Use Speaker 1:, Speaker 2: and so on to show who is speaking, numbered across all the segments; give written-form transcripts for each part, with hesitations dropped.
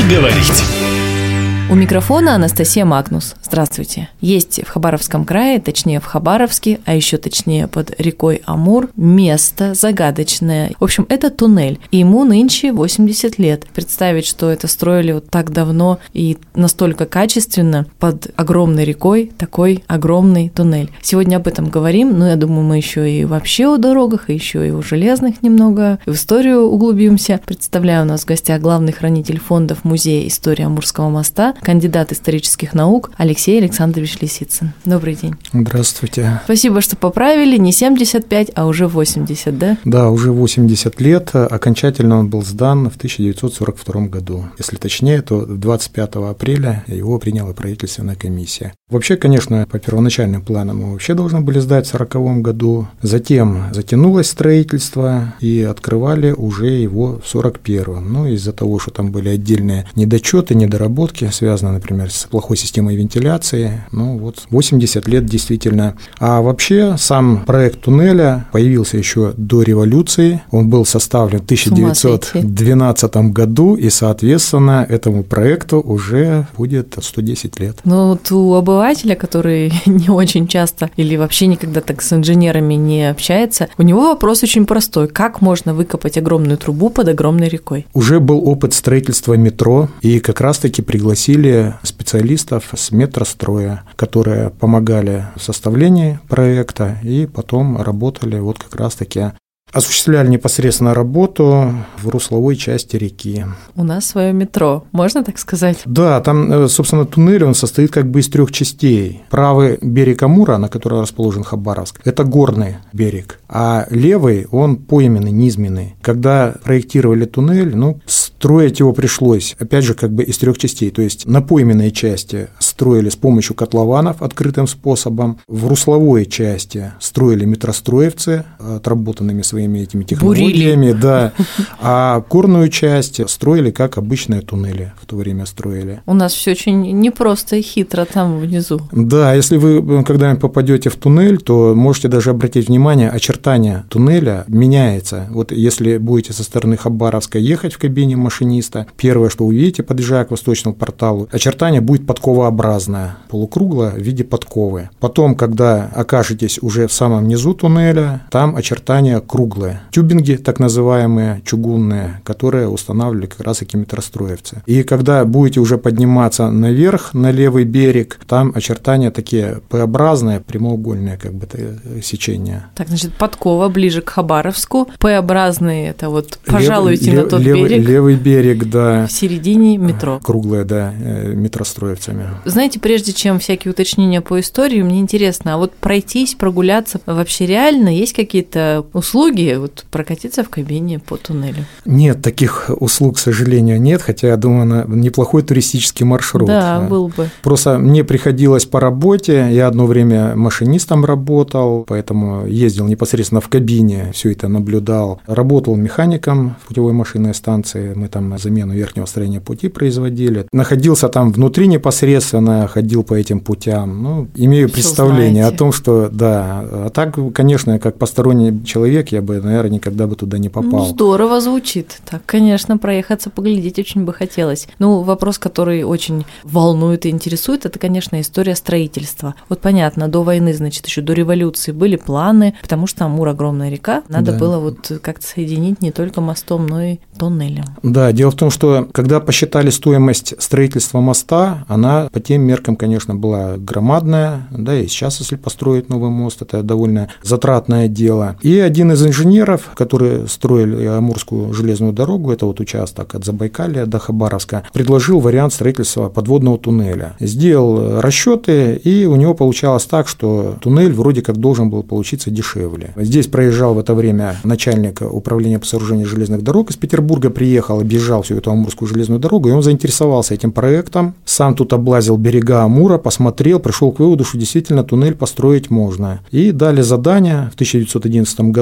Speaker 1: Поговорить.
Speaker 2: У микрофона Анастасия Магнус. Здравствуйте. Есть в Хабаровском крае, точнее в Хабаровске, а еще точнее под рекой Амур, место загадочное. В общем, это туннель. И ему нынче 80 лет. Представить, что это строили вот так давно и настолько качественно под огромной рекой, такой огромный туннель. Сегодня об этом говорим, но я думаю, мы еще и вообще о дорогах, и еще и о железных немного, в историю углубимся. Представляю, у нас в гостях главный хранитель фондов Музея истории Амурского моста, кандидат исторических наук Алексей Александрович Лисицын. Добрый день.
Speaker 3: Здравствуйте.
Speaker 2: Спасибо, что поправили. Не 75, а уже 80, да?
Speaker 3: Да, уже 80 лет. Окончательно он был сдан в 1942 году. Если точнее, то 25 апреля его приняла правительственная комиссия. Вообще, конечно, по первоначальным планам мы вообще должны были сдать в 1940 году. Затем затянулось строительство и открывали уже его в 1941. Ну, из-за того, что там были отдельные недочеты, недоработки, связано, например, с плохой системой вентиляции. Ну вот 80 лет действительно. А вообще сам проект туннеля появился еще до революции. Он был составлен в 1912 году, и, соответственно, этому проекту уже будет 110 лет.
Speaker 2: Ну вот у обывателя, который не очень часто или вообще никогда так с инженерами не общается, у него вопрос очень простой. Как можно выкопать огромную трубу под огромной рекой?
Speaker 3: Уже был опыт строительства метро, и как раз-таки пригласили специалистов с метростроя, которые помогали в составлении проекта и потом работали вот как раз-таки, осуществляли непосредственно работу в русловой части реки.
Speaker 2: У нас свое метро, можно так сказать?
Speaker 3: Да, там, собственно, туннель, он состоит как бы из 3 частей. Правый берег Амура, на котором расположен Хабаровск, это горный берег, а левый, он пойменный, низменный. Когда проектировали туннель, строить его пришлось, опять же, как бы из 3 частей, то есть на пойменной части строили с помощью котлованов открытым способом, в русловой части строили метростроевцы отработанными своими этими технологиями, да, а горную часть строили как обычные туннели в то время строили.
Speaker 2: У нас все очень непросто и хитро там внизу.
Speaker 3: Да, если вы когда-нибудь попадете в туннель, то можете даже обратить внимание, очертания туннеля меняется. Вот если будете со стороны Хабаровска ехать в кабине машиниста, первое, что увидите, подъезжая к восточному порталу, очертание будет подковообразное, полукруглое в виде подковы. Потом, когда окажетесь уже в самом низу туннеля, там очертания круглые. Тюбинги, так называемые, чугунные, которые устанавливали как раз таки метростроевцы. И когда будете уже подниматься наверх, на левый берег, там очертания такие П-образные, прямоугольные как бы сечения.
Speaker 2: Так, значит, подкова ближе к Хабаровску, П-образные, это вот пожалуйте на тот берег.
Speaker 3: Левый берег, да.
Speaker 2: В середине метро.
Speaker 3: Круглое, да, метростроевцами.
Speaker 2: Знаете, прежде чем всякие уточнения по истории, мне интересно, а вот пройтись, прогуляться вообще реально? Есть какие-то услуги, вот прокатиться в кабине по туннелю?
Speaker 3: Нет, таких услуг, к сожалению, нет, хотя, я думаю, неплохой туристический маршрут.
Speaker 2: Да, был бы.
Speaker 3: Просто мне приходилось по работе, я одно время машинистом работал, поэтому ездил непосредственно в кабине, все это наблюдал. Работал механиком в путевой машинной станции, мы там замену верхнего строения пути производили. Находился там внутри непосредственно, ходил по этим путям, имею представление о том, что, да, а так, конечно, как посторонний человек, я бы, наверное, никогда бы туда не попал.
Speaker 2: Здорово звучит. Так, конечно, проехаться, поглядеть очень бы хотелось. Вопрос, который очень волнует и интересует, это, конечно, история строительства. Вот понятно, до войны, значит, еще до революции были планы, потому что Амур огромная река, надо было вот как-то соединить не только мостом, но и туннелем.
Speaker 3: Да, дело в том, что когда посчитали стоимость строительства моста, она по тем меркам, конечно, была громадная, да, и сейчас, если построить новый мост, это довольно затратное дело. И один из инженеров, которые строили Амурскую железную дорогу, это вот участок от Забайкалья до Хабаровска, предложил вариант строительства подводного туннеля. Сделал расчеты, и у него получалось так, что туннель вроде как должен был получиться дешевле. Здесь проезжал в это время начальник управления по сооружению железных дорог из Петербурга, приехал, объезжал всю эту Амурскую железную дорогу, и он заинтересовался этим проектом, сам тут облазил берега Амура, посмотрел, пришел к выводу, что действительно туннель построить можно. И дали задание в 1911 году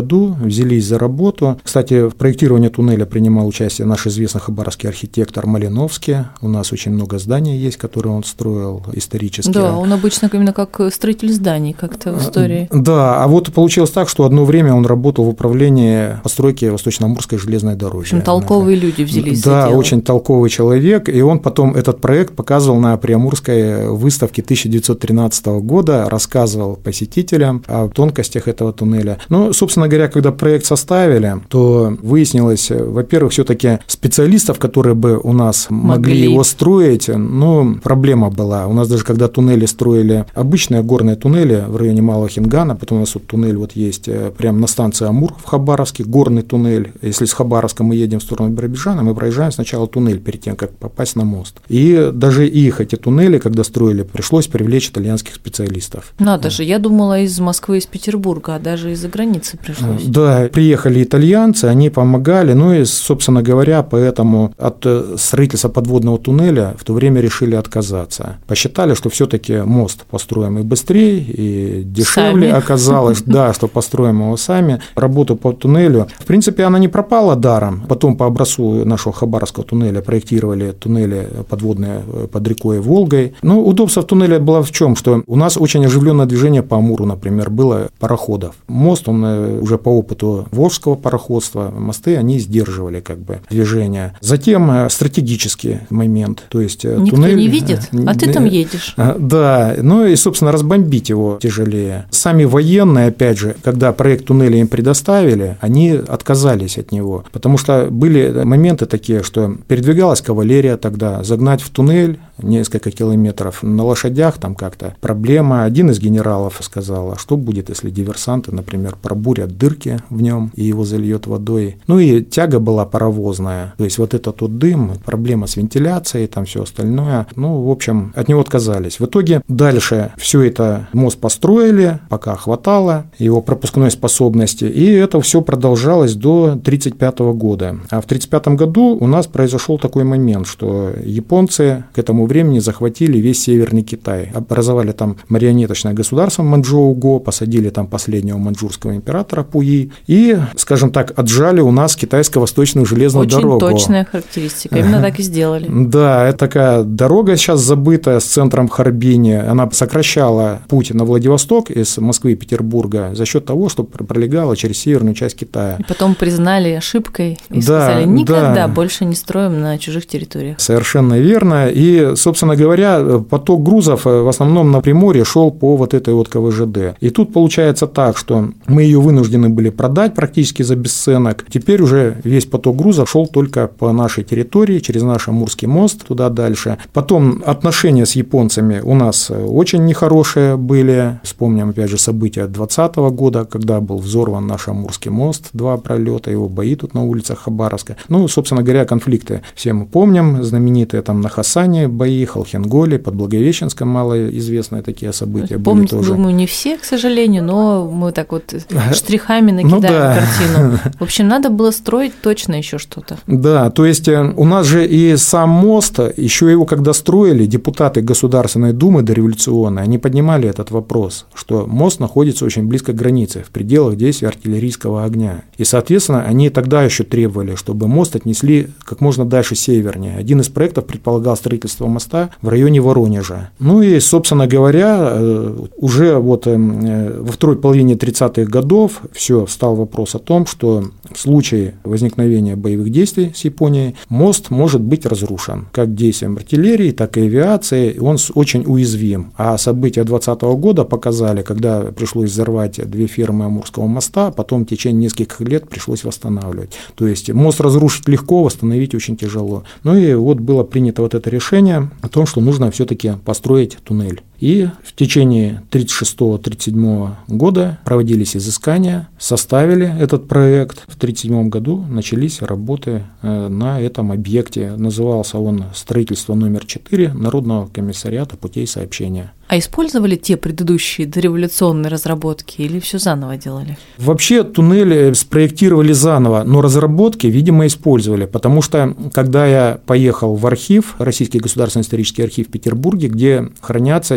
Speaker 3: взялись за работу. Кстати, в проектировании туннеля принимал участие наш известный хабаровский архитектор Малиновский. У нас очень много зданий есть, которые он строил исторически.
Speaker 2: Да, он обычно именно как строитель зданий как-то в истории.
Speaker 3: Да, а вот получилось так, что одно время он работал в управлении постройки Восточно-Амурской железной дороги.
Speaker 2: В общем, толковые люди взялись за дело.
Speaker 3: Да, очень толковый человек, и он потом этот проект показывал на Приамурской выставке 1913 года, рассказывал посетителям о тонкостях этого туннеля. Ну, собственно говоря, когда проект составили, то выяснилось, во-первых, все-таки специалистов, которые бы у нас могли его строить, ну, проблема была. У нас даже когда туннели строили, обычные горные туннели в районе Малого Хингана, потом у нас вот туннель вот есть прямо на станции Амур в Хабаровске, горный туннель. Если с Хабаровска мы едем в сторону Биробиджана, мы проезжаем сначала туннель перед тем, как попасть на мост. И даже эти туннели, когда строили, пришлось привлечь итальянских специалистов.
Speaker 2: Надо же, я думала из Москвы, из Петербурга, а даже из-за границы пришлось.
Speaker 3: Да, приехали итальянцы, они помогали, ну и, собственно говоря, поэтому от строительства подводного туннеля в то время решили отказаться. Посчитали, что все-таки мост построим и быстрее, и дешевле оказалось, да, что построим его сами. Работу по туннелю, в принципе, она не пропала даром. Потом по образцу нашего Хабаровского туннеля проектировали туннели подводные под рекой Волгой. Но удобство в туннеле было в чем, что у нас очень оживленное движение по Амуру, например, было пароходов. Мост, он уже по опыту волжского пароходства, мосты, они сдерживали как бы движение. Затем стратегический момент, то есть
Speaker 2: никто
Speaker 3: туннель...
Speaker 2: не видит, а ты там едешь.
Speaker 3: Да, ну и, собственно, разбомбить его тяжелее. Сами военные, опять же, когда проект туннеля им предоставили, они отказались от него, потому что были моменты такие, что передвигалась кавалерия тогда, загнать в туннель несколько километров на лошадях там как-то проблема. Один из генералов сказал, а что будет, если диверсанты, например, пробурят дырки в нем и его зальет водой. Ну и тяга была паровозная, то есть вот этот вот дым, проблема с вентиляцией, там все остальное, ну, в общем, от него отказались. В итоге дальше все это мост построили, пока хватало его пропускной способности, и это все продолжалось до 1935 года. А в 1935 году у нас произошел такой момент, что японцы к этому времени захватили весь Северный Китай, образовали там марионеточное государство Маньчжоу-Го, посадили там последнего маньчжурского императора Пуи и, скажем так, отжали у нас китайско-восточную железную дорогу.
Speaker 2: Очень точная характеристика, именно так и сделали.
Speaker 3: Да, это такая дорога сейчас забытая с центром в Харбине, она сокращала путь на Владивосток из Москвы и Петербурга за счет того, что пролегала через северную часть Китая.
Speaker 2: И потом признали ошибкой и сказали, никогда больше не строим на чужих территориях.
Speaker 3: Совершенно верно. И, собственно говоря, поток грузов в основном на Приморье шел по вот этой вот КВЖД. И тут получается так, что мы ее вынуждены были продать практически за бесценок. Теперь уже весь поток грузов шел только по нашей территории, через наш Амурский мост, туда дальше. Потом отношения с японцами у нас очень нехорошие были. Вспомним, опять же, события 2020 года, когда был взорван наш Амурский мост, 2 пролета, его бои тут на улицах Хабаровска. Ну, собственно говоря, конфликты все мы помним, знаменитые там на Хасане бои, Холхенголе, под Благовещенском малоизвестные такие события были тоже.
Speaker 2: Думаю, не все, к сожалению, но мы так вот штрихами накидаем картину. В общем, надо было строить точно еще что-то.
Speaker 3: Да, то есть у нас же и сам мост, еще его когда строили, депутаты Государственной Думы дореволюционной, они поднимали этот вопрос, что мост находится очень близко к границе, в пределах действия артиллерийского огня. И, соответственно, они тогда еще требовали, чтобы мост отнесли как можно дальше севернее. Один из проектов предполагал строительство моста в районе Воронежа. Ну и, собственно говоря, уже вот во второй половине 30-х годов все встал вопрос о том, что в случае возникновения боевых действий с Японией мост может быть разрушен как действием артиллерии, так и авиации, и он очень уязвим. А события 2020 года показали, когда пришлось взорвать 2 фермы Амурского моста, потом в течение нескольких лет пришлось восстанавливать. То есть мост разрушить легко, восстановить очень тяжело. Ну и вот было принято вот это решение о том, что нужно все-таки построить туннель. И в течение 1936-1937 года проводились изыскания, составили этот проект. В 1937 году начались работы на этом объекте. Назывался он «Строительство номер 4 Народного комиссариата путей сообщения».
Speaker 2: А использовали те предыдущие дореволюционные разработки или все заново делали?
Speaker 3: Вообще туннели спроектировали заново, но разработки, видимо, использовали, потому что, когда я поехал в архив, Российский государственный исторический архив в Петербурге, где хранятся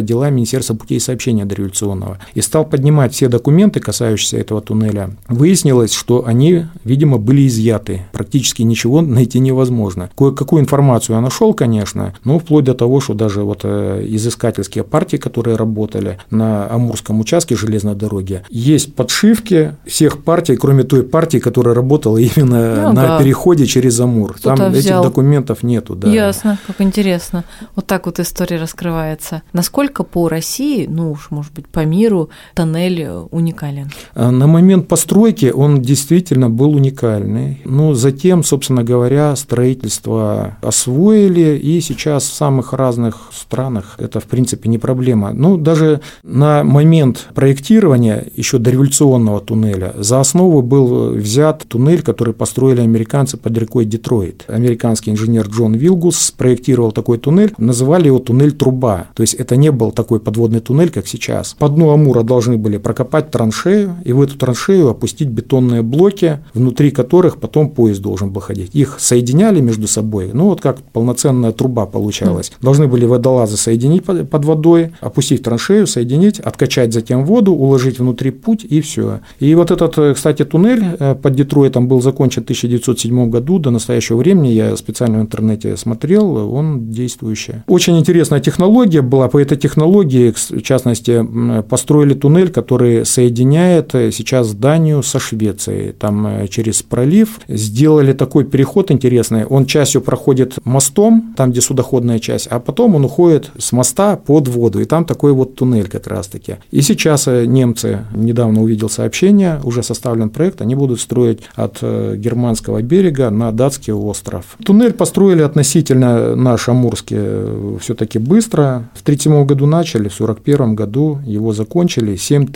Speaker 3: дела Министерства путей сообщения дореволюционного и стал поднимать все документы, касающиеся этого туннеля. Выяснилось, что они, видимо, были изъяты. Практически ничего найти невозможно. Кое-какую информацию я нашел, конечно, но вплоть до того, что даже вот изыскательские партии, которые работали на Амурском участке железной дороги, есть подшивки всех партий, кроме той партии, которая работала именно на переходе через Амур. Там этих документов нету. Да.
Speaker 2: Ясно, как интересно. Вот так вот история раскрывается. Насколько по России, ну уж, может быть, по миру, тоннель уникален?
Speaker 3: На момент постройки он действительно был уникальный. Но затем, собственно говоря, строительство освоили, и сейчас в самых разных странах это, в принципе, не проблема. Ну, даже на момент проектирования еще дореволюционного туннеля за основу был взят туннель, который построили американцы под рекой Детройт. Американский инженер Джон Вилгус спроектировал такой туннель, называли его туннель-труба. То есть это не был такой подводный туннель, как сейчас. По дну Амура должны были прокопать траншею и в эту траншею опустить бетонные блоки, внутри которых потом поезд должен был ходить. Их соединяли между собой, ну вот как полноценная труба получалась. Должны были водолазы соединить под водой, опустить траншею, соединить, откачать затем воду, уложить внутри путь и все. И вот этот, кстати, туннель под Детройтом был закончен в 1907 году. До настоящего времени, я специально в интернете смотрел, он действующий. Очень интересная технология была. По этой технологии, в частности, построили туннель, который соединяет сейчас Данию со Швецией. Там через пролив сделали такой переход интересный. Он частью проходит мостом, там, где судоходная часть, а потом он уходит с моста под воду. И там такой вот туннель как раз-таки. И сейчас немцы, недавно увидел сообщение, уже составлен проект, они будут строить от германского берега на датский остров. Туннель построили относительно наш амурский все-таки быстро. В 1937 году начали, в 1941 году его закончили,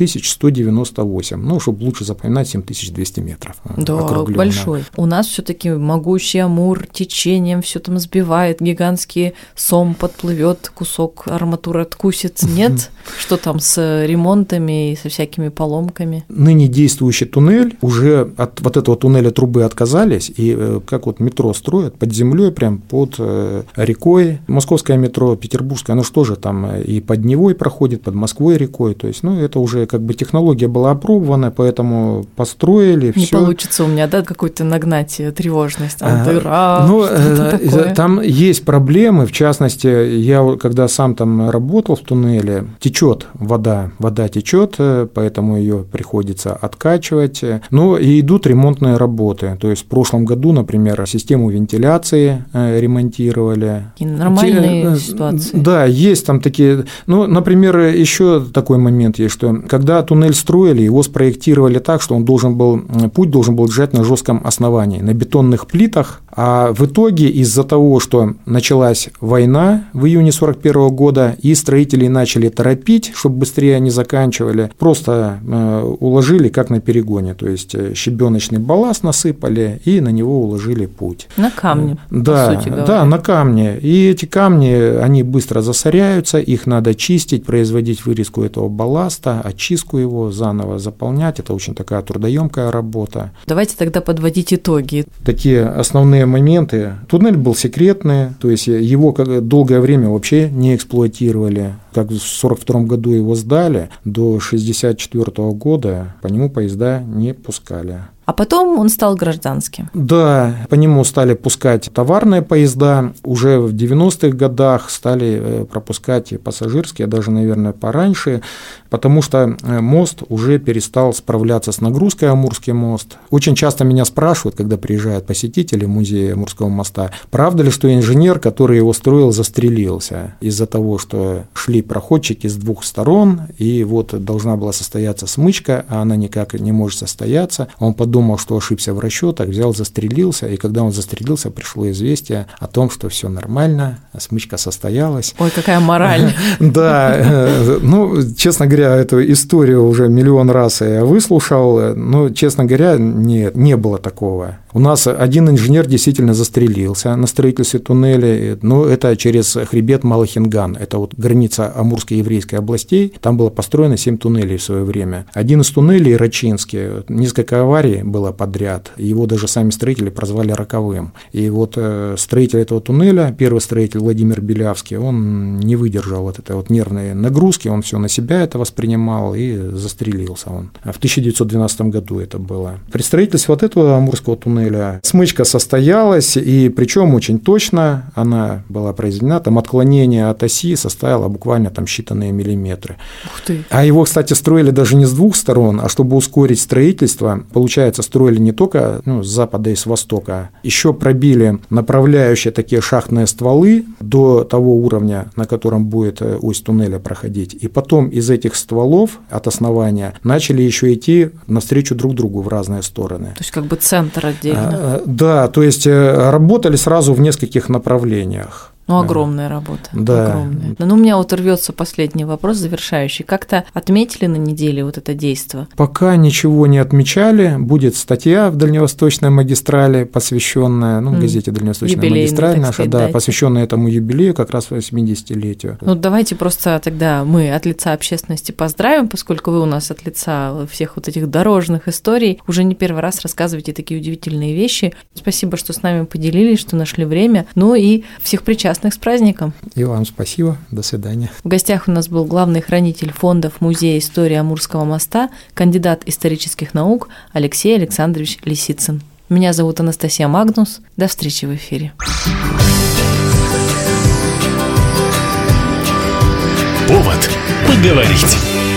Speaker 3: 7198. Ну, чтобы лучше запоминать, 7200 метров.
Speaker 2: Да, большой. У нас все-таки могучий Амур течением все там сбивает, гигантский сом подплывет, кусок арматуры откусит. Нет? Что там с ремонтами и со всякими поломками?
Speaker 3: Ныне действующий туннель, уже от вот этого туннеля трубы отказались, и как вот метро строят под землей, прям под рекой. Московское метро, петербургское, оно что же там и под Невой проходит, под Москвой рекой. То есть, ну, это уже как бы технология была опробована, поэтому построили.
Speaker 2: Не получится у меня, да, какую-то нагнать тревожность, там дыра,
Speaker 3: ну, там есть проблемы, в частности, я когда сам там работал в туннеле, течет вода течет, поэтому ее приходится откачивать. Ну, и идут ремонтные работы. То есть в прошлом году, например, систему вентиляции ремонтировали.
Speaker 2: И нормальные ситуации.
Speaker 3: Да, есть там такие. Ну, например, еще такой момент есть, что когда туннель строили, его спроектировали так, что путь должен был лежать на жестком основании, на бетонных плитах. А в итоге из-за того, что началась война в июне 1941 года, и строители начали торопить, чтобы быстрее они заканчивали, просто уложили как на перегоне, то есть щебеночный балласт насыпали и на него уложили путь.
Speaker 2: На камне,
Speaker 3: да,
Speaker 2: по сути говоря.
Speaker 3: Да, на камне. И эти камни, они быстро засоряются, их надо чистить, производить вырезку этого балласта, очистку его, заново заполнять. Это очень такая трудоемкая работа.
Speaker 2: Давайте тогда подводить итоги.
Speaker 3: Такие основные моменты. Туннель был секретный, то есть его долгое время вообще не эксплуатировали. Как в 1942 году его сдали, до 1964 года по нему поезда не пускали.
Speaker 2: А потом он стал гражданским.
Speaker 3: Да, по нему стали пускать товарные поезда, уже в 90-х годах стали пропускать и пассажирские, даже, наверное, пораньше, потому что мост уже перестал справляться с нагрузкой, Амурский мост. Очень часто меня спрашивают, когда приезжают посетители музея Амурского моста, правда ли, что инженер, который его строил, застрелился из-за того, что шли проходчики с двух сторон, и вот должна была состояться смычка, а она никак не может состояться. Он подумал, что ошибся в расчетах, взял, застрелился, и когда он застрелился, пришло известие о том, что все нормально, смычка состоялась.
Speaker 2: Ой, какая мораль.
Speaker 3: Да, ну, честно говоря, эту историю уже миллион раз я выслушал, но, честно говоря, не было такого. У нас один инженер действительно застрелился на строительстве туннеля, но это через хребет Малахинган, это вот граница Амурской и Еврейской областей, там было построено 7 туннелей в свое время. Один из туннелей, Рачинский, несколько аварий было подряд, его даже сами строители прозвали роковым. И вот строитель этого туннеля, первый строитель Владимир Белявский, он не выдержал вот этой вот нервной нагрузки, он все на себя это воспринимал и застрелился он. В 1912 году это было. При строительстве вот этого Амурского туннеля смычка состоялась, и причем очень точно она была произведена, там отклонение от оси составило буквально там считанные миллиметры.
Speaker 2: Ух ты.
Speaker 3: А его, кстати, строили даже не с двух сторон, а чтобы ускорить строительство, получается, строили не только с запада и с востока, еще пробили направляющие такие шахтные стволы до того уровня, на котором будет ось туннеля проходить, и потом из этих стволов от основания начали еще идти навстречу друг другу в разные стороны.
Speaker 2: То есть как бы центр отдельно.
Speaker 3: Да, то есть работали сразу в нескольких направлениях.
Speaker 2: Ну, огромная работа.
Speaker 3: Да.
Speaker 2: Огромная. Но у меня вот рвется последний вопрос, завершающий. Как-то отметили на неделе вот это действо?
Speaker 3: Пока ничего не отмечали. Будет статья в Дальневосточной магистрали, посвященная, в газете «Дальневосточная магистраль» наша, да, посвященная этому юбилею, как раз 80-летию.
Speaker 2: Ну, давайте просто тогда мы от лица общественности поздравим, поскольку вы у нас от лица всех вот этих дорожных историй уже не первый раз рассказываете такие удивительные вещи. Спасибо, что с нами поделились, что нашли время. Ну и всех причастных с праздником.
Speaker 3: И вам спасибо. До свидания.
Speaker 2: В гостях у нас был главный хранитель фондов Музея истории Амурского моста, кандидат исторических наук Алексей Александрович Лисицын. Меня зовут Анастасия Магнус. До встречи в эфире.
Speaker 1: Повод поговорить.